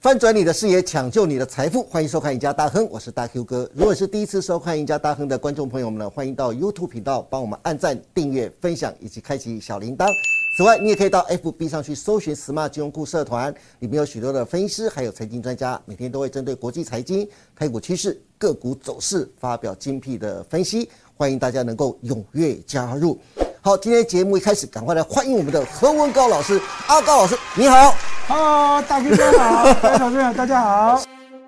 翻转你的视野，抢救你的财富，欢迎收看赢家大亨，我是大 Q 哥。如果是第一次收看赢家大亨的观众朋友们呢，欢迎到 YouTube 频道帮我们按赞、订阅、分享以及开启小铃铛。此外，你也可以到 FB 上去搜寻 Smart 金融库社团，里面有许多的分析师，还有财经专家，每天都会针对国际财经、台股趋势、个股走势发表精辟的分析，欢迎大家能够踊跃加入。好，今天节目一开始，赶快来欢迎我们的何文高老师，阿高老师，你好。 Hello， 大 Q 哥好，各位投资朋友大家好。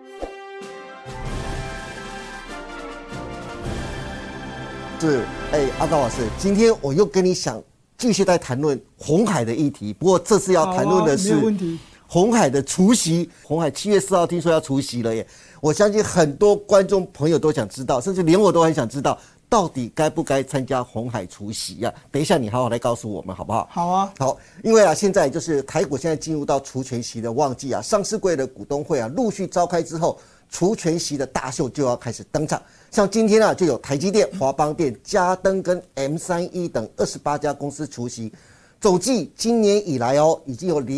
是，阿高老师，今天我又跟你继续在谈论鸿海的议题，不过这次要谈论的是鸿海的除息。鸿海7月4号听说要除息了耶，我相信很多观众朋友都想知道，甚至连我都很想知道，到底该不该参加鸿海除息啊？等一下你好好来告诉我们好不好？ 好啊， 好，因为现在就是台股现在进入到除权息的旺季啊，上市柜的股东会陆续召开之后，除权息的大秀就要开始登场。像今天就有台积电、华邦电、嘉登跟 M31等28家公司除息，总计今年以来已经有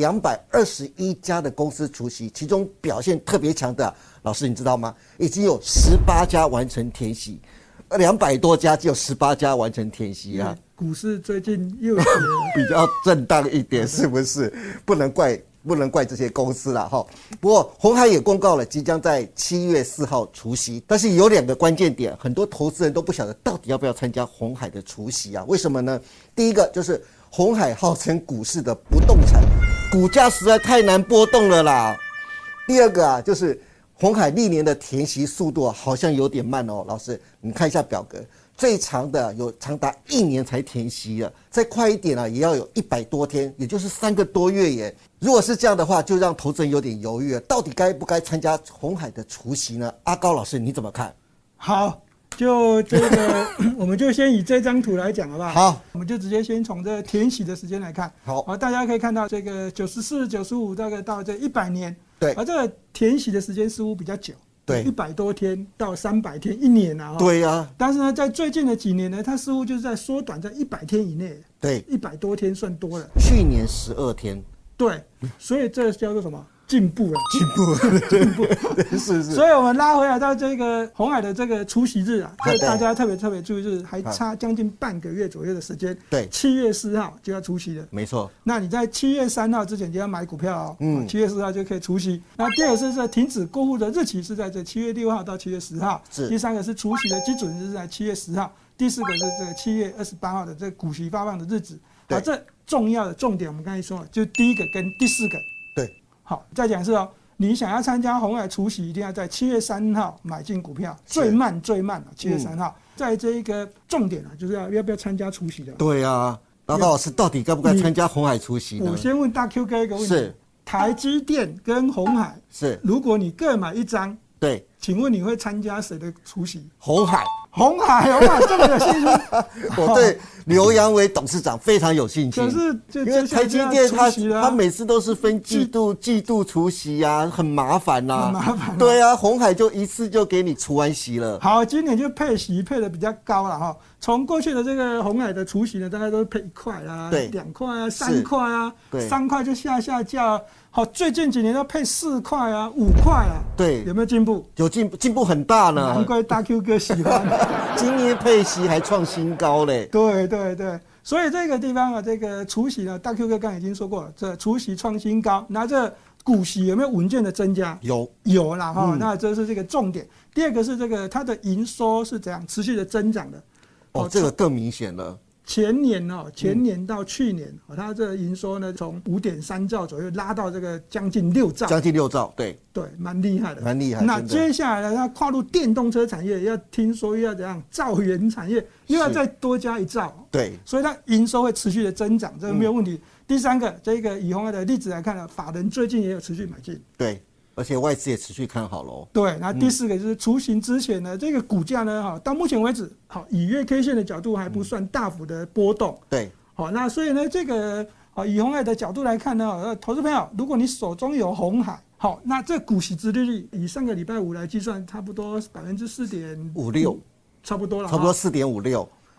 221家的公司除息，其中表现特别强的，老师你知道吗？已经有18家完成填息，200多家就有18家完成填息啊。 股市最近又比较震荡一点，是不是？不能怪这些公司啦哈。不过鸿海也公告了，即将在7月4号除息，但是有2个关键点，很多投资人都不晓得到底要不要参加鸿海的除息啊？为什么呢？第一个就是鸿海号称股市的不动产，股价实在太难波动了啦。第二个就是鸿海历年的填息速度好像有点慢哦，老师你看一下表格。最长的有长达1年才填息了，再快一点也要有100多天，也就是3个多月耶。如果是这样的话，就让投资人有点犹豫了，到底该不该参加鸿海的除息呢？阿高老师你怎么看？ 好，就这个我们就先以这张图来讲好不好？ 好， 我们就直接先从这填息的时间来看。 好， 大家可以看到这个94、95大概到这100年， 对， 而这个填息的时间似乎比较久。 对 ，100多天到300天，1年啊。 对啊。 但是呢，在最近的几年呢，它似乎就是在缩短在100天以内。 对 ，100多天算多了。 去年12天。 对，所以这叫做什么？进步了， 进步，是。 所以我们拉回来到这个鸿海的这个除息日啊，大家特别注意，就是还差将近半个月左右的时间。 对 ，7月4号就要除息了。 没错。 那你在7月3号之前就要买股票7月4号就可以除息。那第二个是停止过户的日期是在这7月6号到7月10号。 是。 第3个是除息的基准日是在7月10号。第4个是这个7月28号的这个股息发放的日子。好，这重要的重点我们刚才说了，就第1个跟第4个。 对。 好，再讲是你想要参加鸿海除息，一定要在7月3号买进股票，最慢7月3号。在这一个重点就是要不要参加除息的。 对啊，阿高老师到底该不该参加鸿海除息呢？ 我先问大 Q 哥一个问题：是台积电跟鸿海如果你各买1张， 对，请问你会参加谁的除息？ 鸿海这么有兴趣？ 我对刘扬伟董事长非常有兴趣。 可是因为台积电他每次都是分季度除息啊，很麻烦呐。 很麻烦。 对啊，鸿海就一次就给你除完息了。 好，今年就配息配的比较高了哈。从过去的这个鸿海的除息呢，大概都是配1块啦、2块啊、3块啊，3块就下架。好，最近几年都配4块啊、5块啊。 对， 有没有进步？ 有进步很大呢。 难怪大 Q 哥喜欢。 今年配息还创新高嘞。 对，所以这个地方这个除息呢，大 Q 哥刚才已经说过了，这除息创新高，那这股息有没有稳健的增加？有啦哈，那这是这个重点。第2个是这个它的营收是怎样持续的增长的？ 这个更明显了。 前年到去年，它这个营收呢，从5.3兆左右拉到这个将近6兆， 对， 蛮厉害的， 那接下来呢，它跨入电动车产业，听说要怎样造元产业，又要再多加1兆， 对， 所以它营收会持续的增长，这个没有问题。第3个，这个以鸿海的例子来看呢，法人最近也有持续买进， 对。而且外资也持续看好喽。 对，那第4个就是除息之前呢，这个股价呢，到目前为止，以月 K 线的角度还不算大幅的波动。 对， 好，那所以呢，这个以鸿海的角度来看呢，投资朋友，如果你手中有鸿海，好，那这股息殖利率以上个礼拜5来计算，差不多4.56%，差不多了， 差不多4.56%。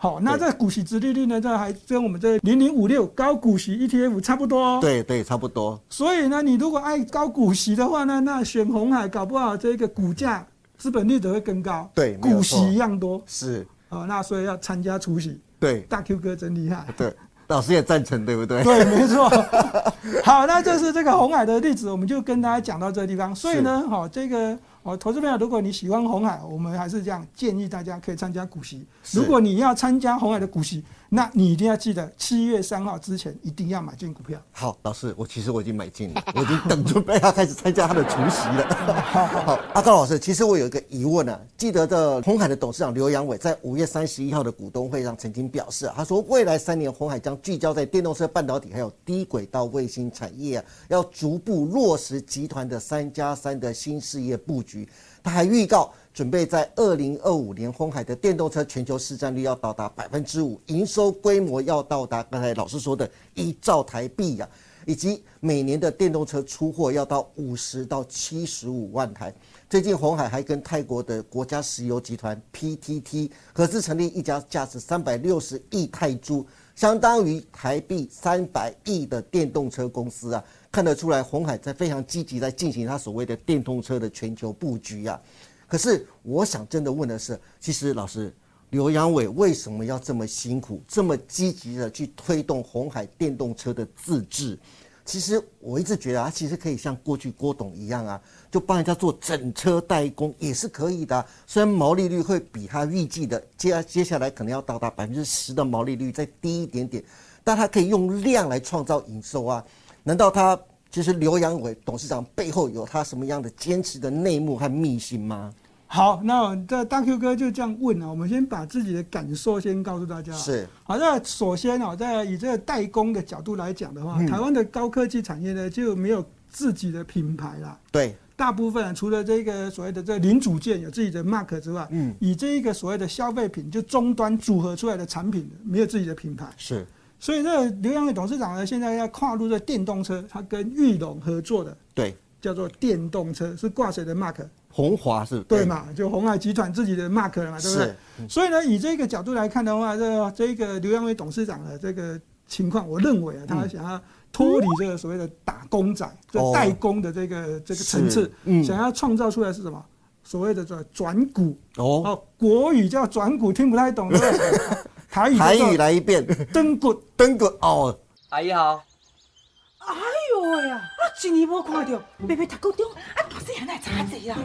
好，那这股息殖利率呢，这还跟我们这0056高股息 ETF 差不多哦。 对对，差不多。 所以呢，你如果爱高股息的话呢，那选鸿海搞不好这个股价资本利得会更高。 对， 股息一样多。 是。 那所以要参加除息。 对， 大 Q 哥真厉害。 对，老师也赞成，对不对？ 对，没错。好，那就是这个鸿海的例子，我们就跟大家讲到这个地方。所以呢，这个投资朋友，如果你喜欢鸿海，我们还是这样建议大家可以参加股息。如果你要参加鸿海的股息，那你一定要记得7月3号之前一定要买进股票。 好，老师，其实我已经买进了，我已经准备要开始参加他的除息了。好，阿高老师，其实我有一个疑问啊，记得的鸿海的董事长刘扬伟在5月31号的股东会上曾经表示，他说未来3年鸿海将聚焦在电动车、半导体还有低轨道卫星产业啊，要逐步落实集团的3+3的新事业布局。他还预告，准备在2025年，鸿海的电动车全球市占率要到达5%，营收规模要到达刚才老师说的1兆台币呀，以及每年的电动车出货要到50到75万台。最近鸿海还跟泰国的国家石油集团 PTT 合资成立一家价值360亿泰铢，相当于台币300亿的电动车公司啊。看得出来，鸿海在非常积极在进行他所谓的电动车的全球布局啊。可是我想真的问的是，其实老师刘扬伟为什么要这么辛苦、这么积极的去推动鸿海电动车的自制？其实我一直觉得他其实可以像过去郭董一样啊，就帮人家做整车代工也是可以的啊。虽然毛利率会比他预计的接下来可能要到达10%的毛利率再低一点点，但他可以用量来创造营收啊。难道他就是刘扬伟董事长背后有他什么样的坚持的内幕和秘辛吗？ 好，那这大 Q 哥就这样问啊，我们先把自己的感受先告诉大家。 是。 好，那首先在以这个代工的角度来讲的话，台湾的高科技产业呢就没有自己的品牌啦。 对。 大部分除了这个所谓的这零组件有自己的 mark 之外，以这一个所谓的消费品就终端组合出来的产品没有自己的品牌。 是。 所以这个刘扬伟董事长呢，现在要跨入这电动车，他跟裕隆合作的， 对， 叫做电动车，是挂谁的 mark？ 鸿华是， 对嘛？就鸿海集团自己的 mark 了嘛，对不对？所以呢，以这个角度来看的话，这个刘扬伟董事长的这个情况，我认为啊，他想要脱离这个所谓的打工仔、就代工的这个层次，想要创造出来是什么？所谓的转股国语叫转股，听不太懂，对不对？台语来一遍， 登股哦。 阿姨好。 哎呦喂呀，一年无看到，妹妹读高中，大细汉来差济啦。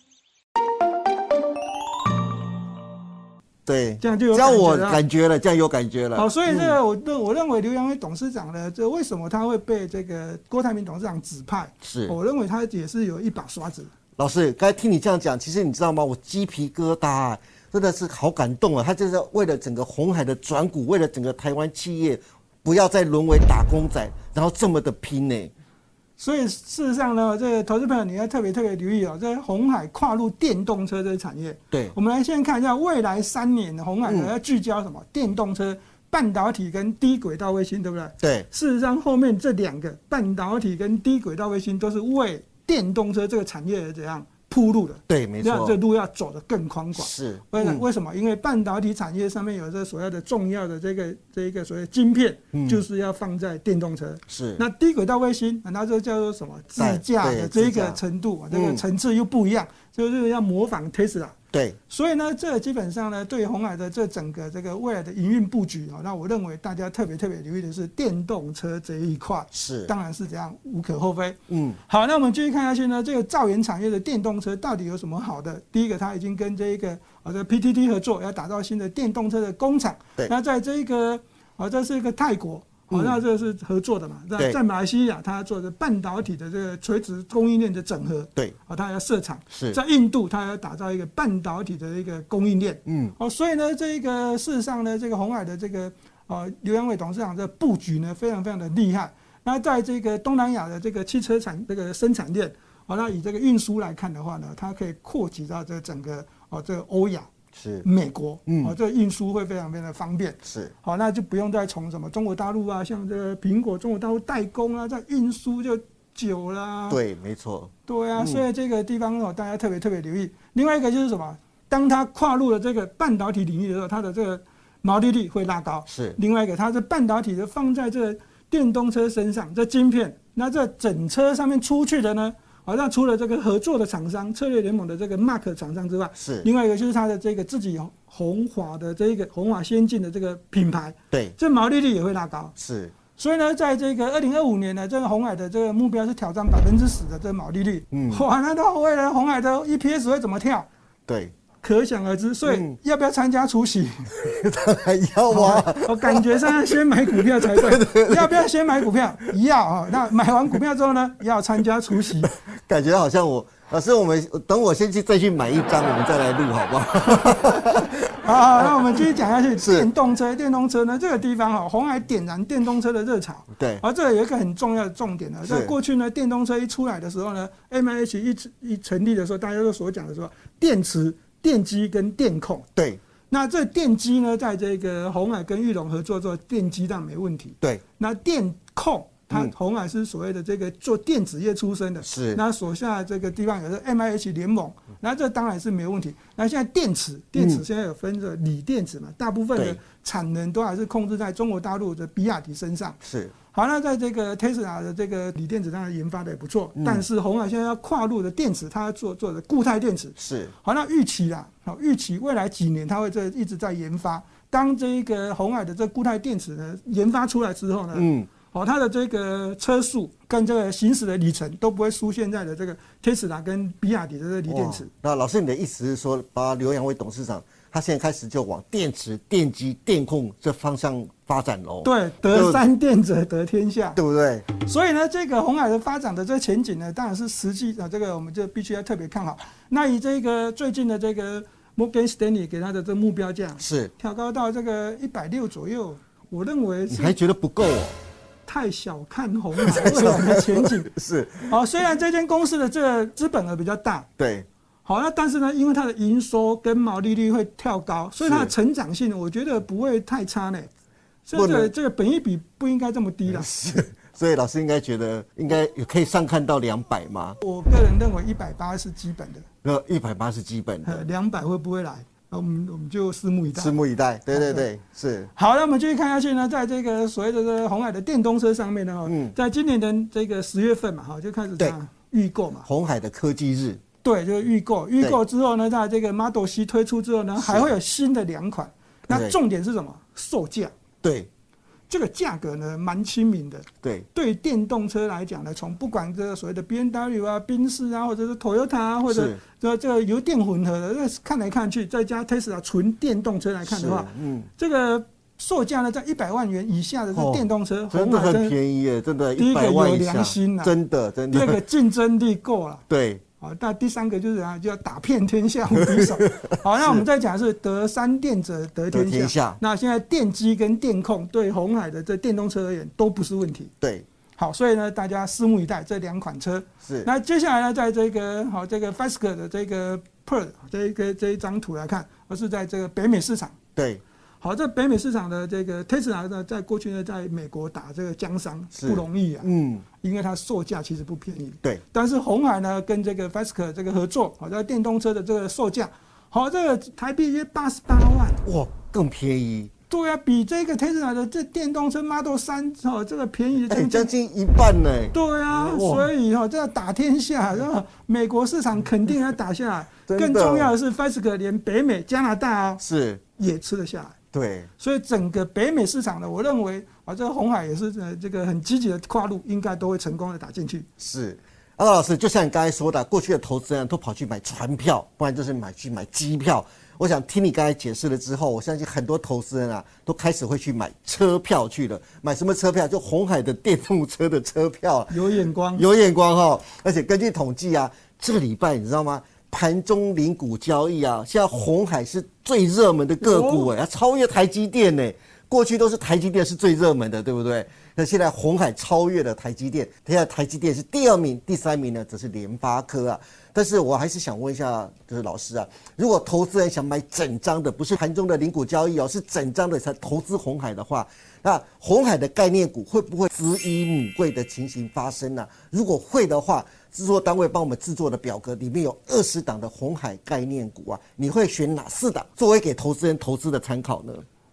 对， 这样就有感觉了，这样有感觉了。 好，所以这个我认为刘扬伟董事长呢，这为什么他会被这个郭台铭董事长指派？ 是， 我认为他也是有一把刷子。 老师，刚才听你这样讲，其实你知道吗？我鸡皮疙瘩啊，真的是好感动啊！他就是为了整个鸿海的转股，为了整个台湾企业不要再沦为打工仔，然后这么的拼呢。 所以事实上呢，这个投资朋友你要特别留意哦，这鸿海跨入电动车这个产业。 对， 我们来先看一下未来3年的鸿海要聚焦什么？电动车、半导体跟低轨道卫星，对不对？ 对。 事实上，后面这2个半导体跟低轨道卫星都是为电动车这个产业怎样铺路的？ 对，没错， 这路要走得更宽广。 是， 为什么？因为半导体产业上面有这所谓的重要的这一个所谓晶片，就是要放在电动车。 是。那低轨道卫星，那这叫做什么？自驾的这个程度，这个层次又不一样，就是要模仿 Tesla。 对， 所以呢，这基本上呢，对鸿海的这整个这个未来的营运布局啊，那我认为大家特别留意的是电动车这一块， 是， 当然是这样无可厚非。好，那我们继续看下去呢，这个造园产业的电动车到底有什么好的？第一个，它已经跟这个PTT 合作，要打造新的电动车的工厂。 对， 那在这个这是一个泰国。那这是合作的嘛？在马来西亚，它做的半导体的这个垂直供应链的整合， 对， 它要设厂。 是在印度，它要打造一个半导体的一个供应链。所以呢，这个事实上呢，这个鸿海的这个刘扬伟董事长的布局呢，非常的厉害。那在这个东南亚的这个汽车这个生产链，那以这个运输来看的话呢，它可以扩及到这整个这个欧亚。 是美国，这个运输会非常的方便。 是， 好，那就不用再从什么中国大陆啊，像这个苹果中国大陆代工啊，在运输就久啦。 对，没错。 对啊，所以这个地方大家特别留意。另外一个就是什么？当他跨入了这个半导体领域的时候，他的这个毛利率会拉高。 是另外一个，它的半导体的放在这电动车身上，这晶片，那这整车上面出去的呢，好像除了这个合作的厂商策略联盟的这个 Mark 厂商之外， 是另外一个就是它的这个自己鸿华的这个鸿华先进的这个品牌， 对， 这毛利率也会拉高。 是。 所以呢，在这个2025年呢，这个鸿海的这个目标是挑战10%的这个毛利率。哇，那到未来鸿海的 EPS 会怎么跳？ 对， 可想而知。所以要不要参加除息？ 当然要啊！ 我感觉上要先买股票才对。要不要先买股票？要啊。那买完股票之后呢，要参加除息。 感觉好像老师，等我先再去买一张，我们再来录好不好？ 好，那我们继续讲下去。电动车呢，这个地方鸿海点燃电动车的热潮。 对。 而这有一个很重要的重点呢，在过去呢，电动车一出来的时候呢 ，MIH 一成立的时候，大家都所讲的说，电池、电机跟电控。 对。 那这电机呢，在这个鸿海跟裕隆合作之后，电机当然没问题。 对。 那电控。它鸿海是所谓的这个做电子业出身的， 是。那所下这个地方有个 MIH 联盟，那这当然是没问题。那现在电池现在有分着锂电池嘛，大部分的产能都还是控制在中国大陆的比亚迪身上。 是。 好，那在这个 Tesla 的这个锂电池当然研发的也不错，但是鸿海现在要跨入的电池，它要做的固态电池。 是。 好，那预期未来几年它会一直在研发。当这个鸿海的这固态电池呢研发出来之后呢，它的这个车速跟这个行驶的里程都不会输现在的这个 Tesla 跟比亚迪的这个锂电池。 那老师，你的意思是说，把刘扬伟董事长他现在开始就往电池、电机、电控这方向发展喽？ 对，得三电者得天下， 对不对？ 所以呢，这个鸿海的发展的这个前景呢，当然是实际这个我们就必须要特别看好。那以这个最近的这个 Morgan Stanley 给他的这个目标价是调高到这个160左右，我认为你还觉得不够哦？ 太小看鸿海未来的前景是。 好，虽然这间公司的这个资本额比较大， 对， 好，那但是呢，因为它的营收跟毛利率会跳高，所以它的成长性我觉得不会太差呢。所以这个本益比不应该这么低了。 是，所以老师应该觉得应该也可以上看到200吗？ 我个人认为180是基本的。 180是基本的 ，200会不会来？我们就拭目以待。 拭目以待，对，是。 好，那我们继续看下去呢，在这个所谓的这个鸿海的电动车上面呢，在今年的这个10月份嘛，就开始预购嘛。 鸿海的科技日。 对，就是预购之后呢，在这个 Model C 推出之后呢，还会有新的2款。那重点是什么？售价。对。这个价格呢，蛮亲民的。对电动车来讲呢，从不管这个所谓的 BMW 啊、宾士啊，或者是 Toyota 啊，或者这个油电混合的，看来看去，再加 Tesla 纯电动车来看的话，这个售价呢，在100万元以下的这电动车， 真的很便宜耶，真的。 第一个有良心啦， 真的。 第二个竞争力够了。 对。 好，那第三个就是就要打遍天下无敌手。好，那我们再讲是得三电者得天下。那现在电机跟电控对鸿海的这电动车而言都不是问题。 对。 好，所以呢，大家拭目以待这2款车。 是。 那接下来呢，在这个这个 Fisker 的这个 Pearl 这一张图来看，而是在这个北美市场。 对。 好，这北美市场的这个 Tesla 呢，在过去呢，在美国打这个江山不容易啊，因为它售价其实不便宜。 对， 但是鸿海呢，跟这个 Fisker 这个合作，好，在电动车的这个售价，好，这个台币约88万， 哇，更便宜。 对啊，比这个 Tesla 的这电动车 Model 3这个便宜将近1半呢。 对啊，所以这要打天下，美国市场肯定要打下来。更重要的是 ，Fisker 连北美、加拿大是也吃得下来。 对， 所以整个北美市场呢，我认为这个鸿海也是这个很积极的跨入，应该都会成功的打进去。 是，阿高老师，就像你刚才说的，过去的投资人都跑去买船票，不然就是去买机票。我想听你刚才解释了之后，我相信很多投资人啊，都开始会去买车票去了。买什么车票？就鸿海的电动车的车票。 有眼光， 有眼光哈！而且根据统计啊，这个礼拜你知道吗？盘中零股交易啊，现在鸿海是最热门的个股它超越台积电呢。过去都是台积电是最热门的，对不对？那现在鸿海超越了台积电，现在台积电是第2名，第3名呢则是联发科啊。但是我还是想问一下，就是老师啊，如果投资人想买整张的，不是盘中的零股交易是整张的才投资鸿海的话，那鸿海的概念股会不会子以母贵的情形发生呢？如果会的话，制作单位帮我们制作的表格里面有20档的鸿海概念股啊，你会选哪4档作为给投资人投资的参考呢？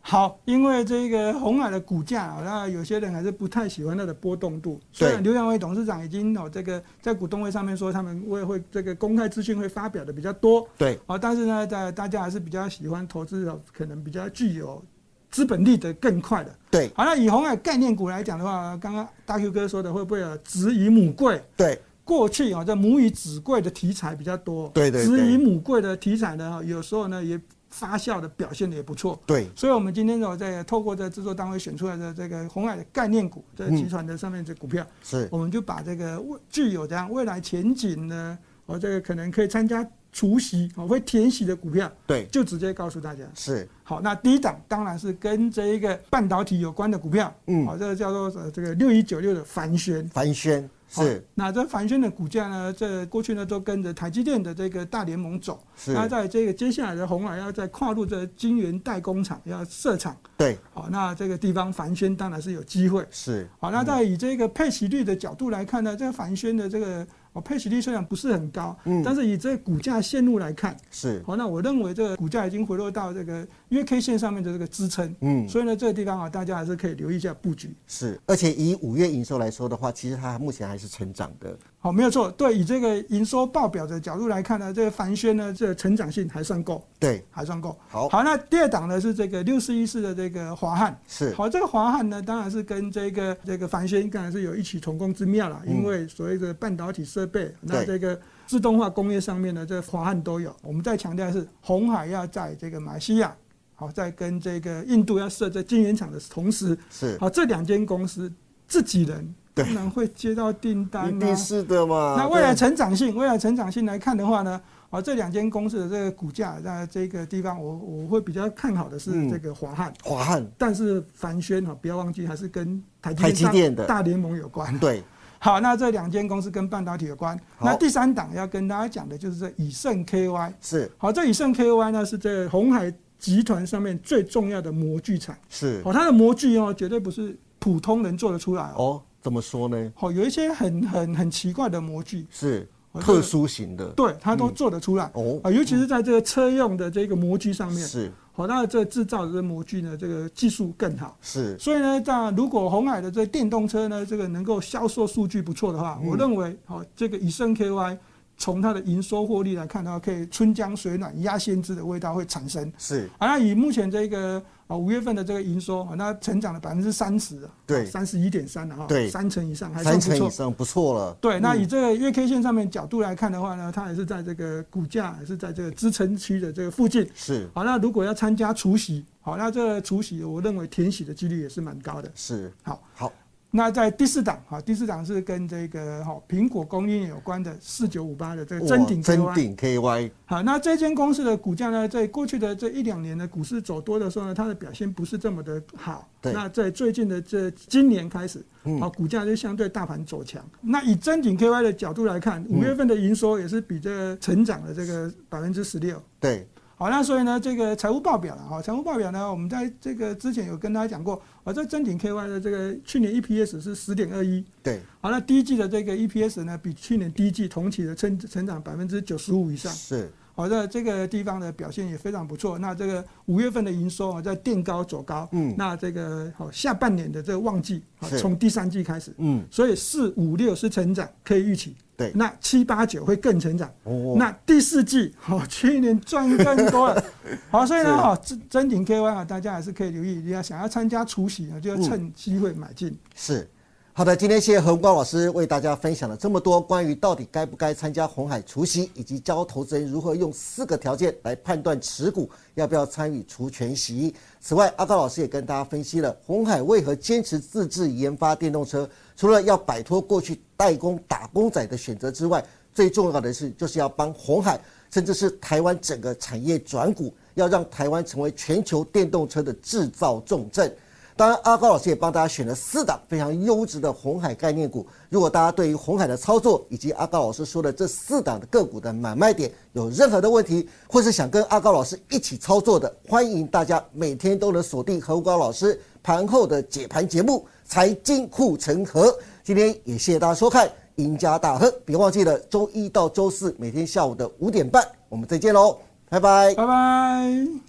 好，因为这个鸿海的股价那有些人还是不太喜欢它的波动度。虽然刘扬伟董事长已经这个在股东会上面说，他们会这个公开资讯会发表的比较多。 对。 但是呢，大家还是比较喜欢投资可能比较具有资本利得更快的。 对。 好，那以鸿海概念股来讲的话，刚刚大 Q 哥说的，会不会有子以母贵？ 对。 过去这母以子贵的题材比较多。 对。 子以母贵的题材呢，有时候呢也发酵的表现的也不错。 对。 所以我们今天在透过这制作单位选出来的这个鸿海的概念股，这集团的上面这股票， 是， 我们就把这个具有这样未来前景呢，这个可能可以参加除息会填息的股票， 对， 就直接告诉大家。 是。 好，那第一档当然是跟这一个半导体有关的股票，这个叫做这个6196的凡轩。 凡轩。是， 那这凡轩的股价呢，这过去呢都跟着台积电的这个大联盟走。 是。 那在这个接下来的鸿海要再跨入这晶圆代工厂要设厂。 对。 好，那这个地方凡轩当然是有机会。 是。 好，那在以这个配息率的角度来看呢，这个凡轩的这个配息率虽然不是很高，但是以这个股价线路来看， 是。 好，那我认为这个股价已经回落到这个月 K 线上面的这个支撑。所以呢，这个地方大家还是可以留意一下布局。 是，而且以5月营收来说的话，其实它目前还是成长的。 好，没有错。对，以这个营收报表的角度来看呢，这个凡轩呢，这个成长性还算够。 对， 还算够。 好， 那第二档呢是这个6414的这个华汉。 是。 好，这个华汉呢，当然是跟这个凡轩当然是有异曲同工之妙啦，因为所谓的半导体设备，那这个自动化工业上面呢，这个华汉都有。我们再强调的是，鸿海要在这个马来西亚，好，在跟这个印度要设这晶圆厂的同时， 是。 好，这2间公司自己人当然会接到订单， 一定是的嘛。 那未来成长性来看的话呢，这2间公司的这个股价在这个地方，我会比较看好的是这个华汉，但是凡轩不要忘记还是跟台积电的大联盟有关。 对。 好，那这2间公司跟半导体有关。那第3档要跟大家讲的就是这以盛 KY。 是。 好，这以盛 KY 呢是这鸿海集团上面最重要的模具厂。 是。 它的模具绝对不是普通人做得出来哦。怎么说呢？ 有一些很奇怪的模具。 是。特殊型的。 对，它都做得出来。尤其是在这个车用的这个模具上面。 是。 那这制造的模具呢，这个技术更好。 是。 所以呢，如果鸿海的这电动车呢，这个能够销售数据不错的话，我认为这个以盛 KY 从它的营收获利来看的话，可以春江水暖鸭先知的味道会产生。 是。 那以目前这个5月份的这个营收，那成长了30%啊， 对 ，31.3了对 ，3成以上，还算不错 ，3成以上不错了。 对，那以这个月 K 线上面角度来看的话呢，它也是在这个股价也是在这个支撑区的这个附近。 是。 好，那如果要参加除息，好，那这个除息我认为填息的几率也是蛮高的。 是。好。 那在第4档，第4档是跟这个苹果供应有关的4958的这个臻鼎 KY。 好，那这间公司的股价呢，在过去的这1-2年的股市走多的时候呢，它的表现不是这么的好。 对。 那在最近的今年开始，股价就相对大盘走强。那以臻鼎 KY 的角度来看，5月份的营收也是比这个成长了这个16%。 对。 好，那所以呢，这个财务报表了财务报表呢，我们在这个之前有跟大家讲过，这臻鼎 KY 的这个去年 EPS 是10.21， 对。 好，那第一季的这个 EPS 呢，比去年第一季同期的成长95%以上， 是。 好的，这个地方的表现也非常不错。那这个5月份的营收在垫高走高，那这个下半年的这个旺季从第3季开始，所以4、5、6是成长，可以预期。 对， 那7、8、9会更成长。那第4季去年赚更多了。好，所以呢，臻鼎 KY 大家还是可以留意，你要想要参加除息就要趁机会买进。 是。好的，今天谢谢何文光老师为大家分享了这么多关于到底该不该参加鸿海除息，以及教投资人如何用4个条件来判断持股要不要参与除权息。此外，阿高老师也跟大家分析了鸿海为何坚持自制研发电动车，除了要摆脱过去代工打工仔的选择之外，最重要的是就是要帮鸿海甚至是台湾整个产业转股，要让台湾成为全球电动车的制造重镇。当然，阿高老师也帮大家选了4档非常优质的鸿海概念股。如果大家对于鸿海的操作以及阿高老师说的这4档的个股的买卖点有任何的问题，或是想跟阿高老师一起操作的，欢迎大家每天都能锁定何文光老师盘后的解盘节目《财经护城河》。今天也谢谢大家收看《赢家大亨》，别忘记了周1到周4每天下午的5点半，我们再见喽，拜拜， 拜拜。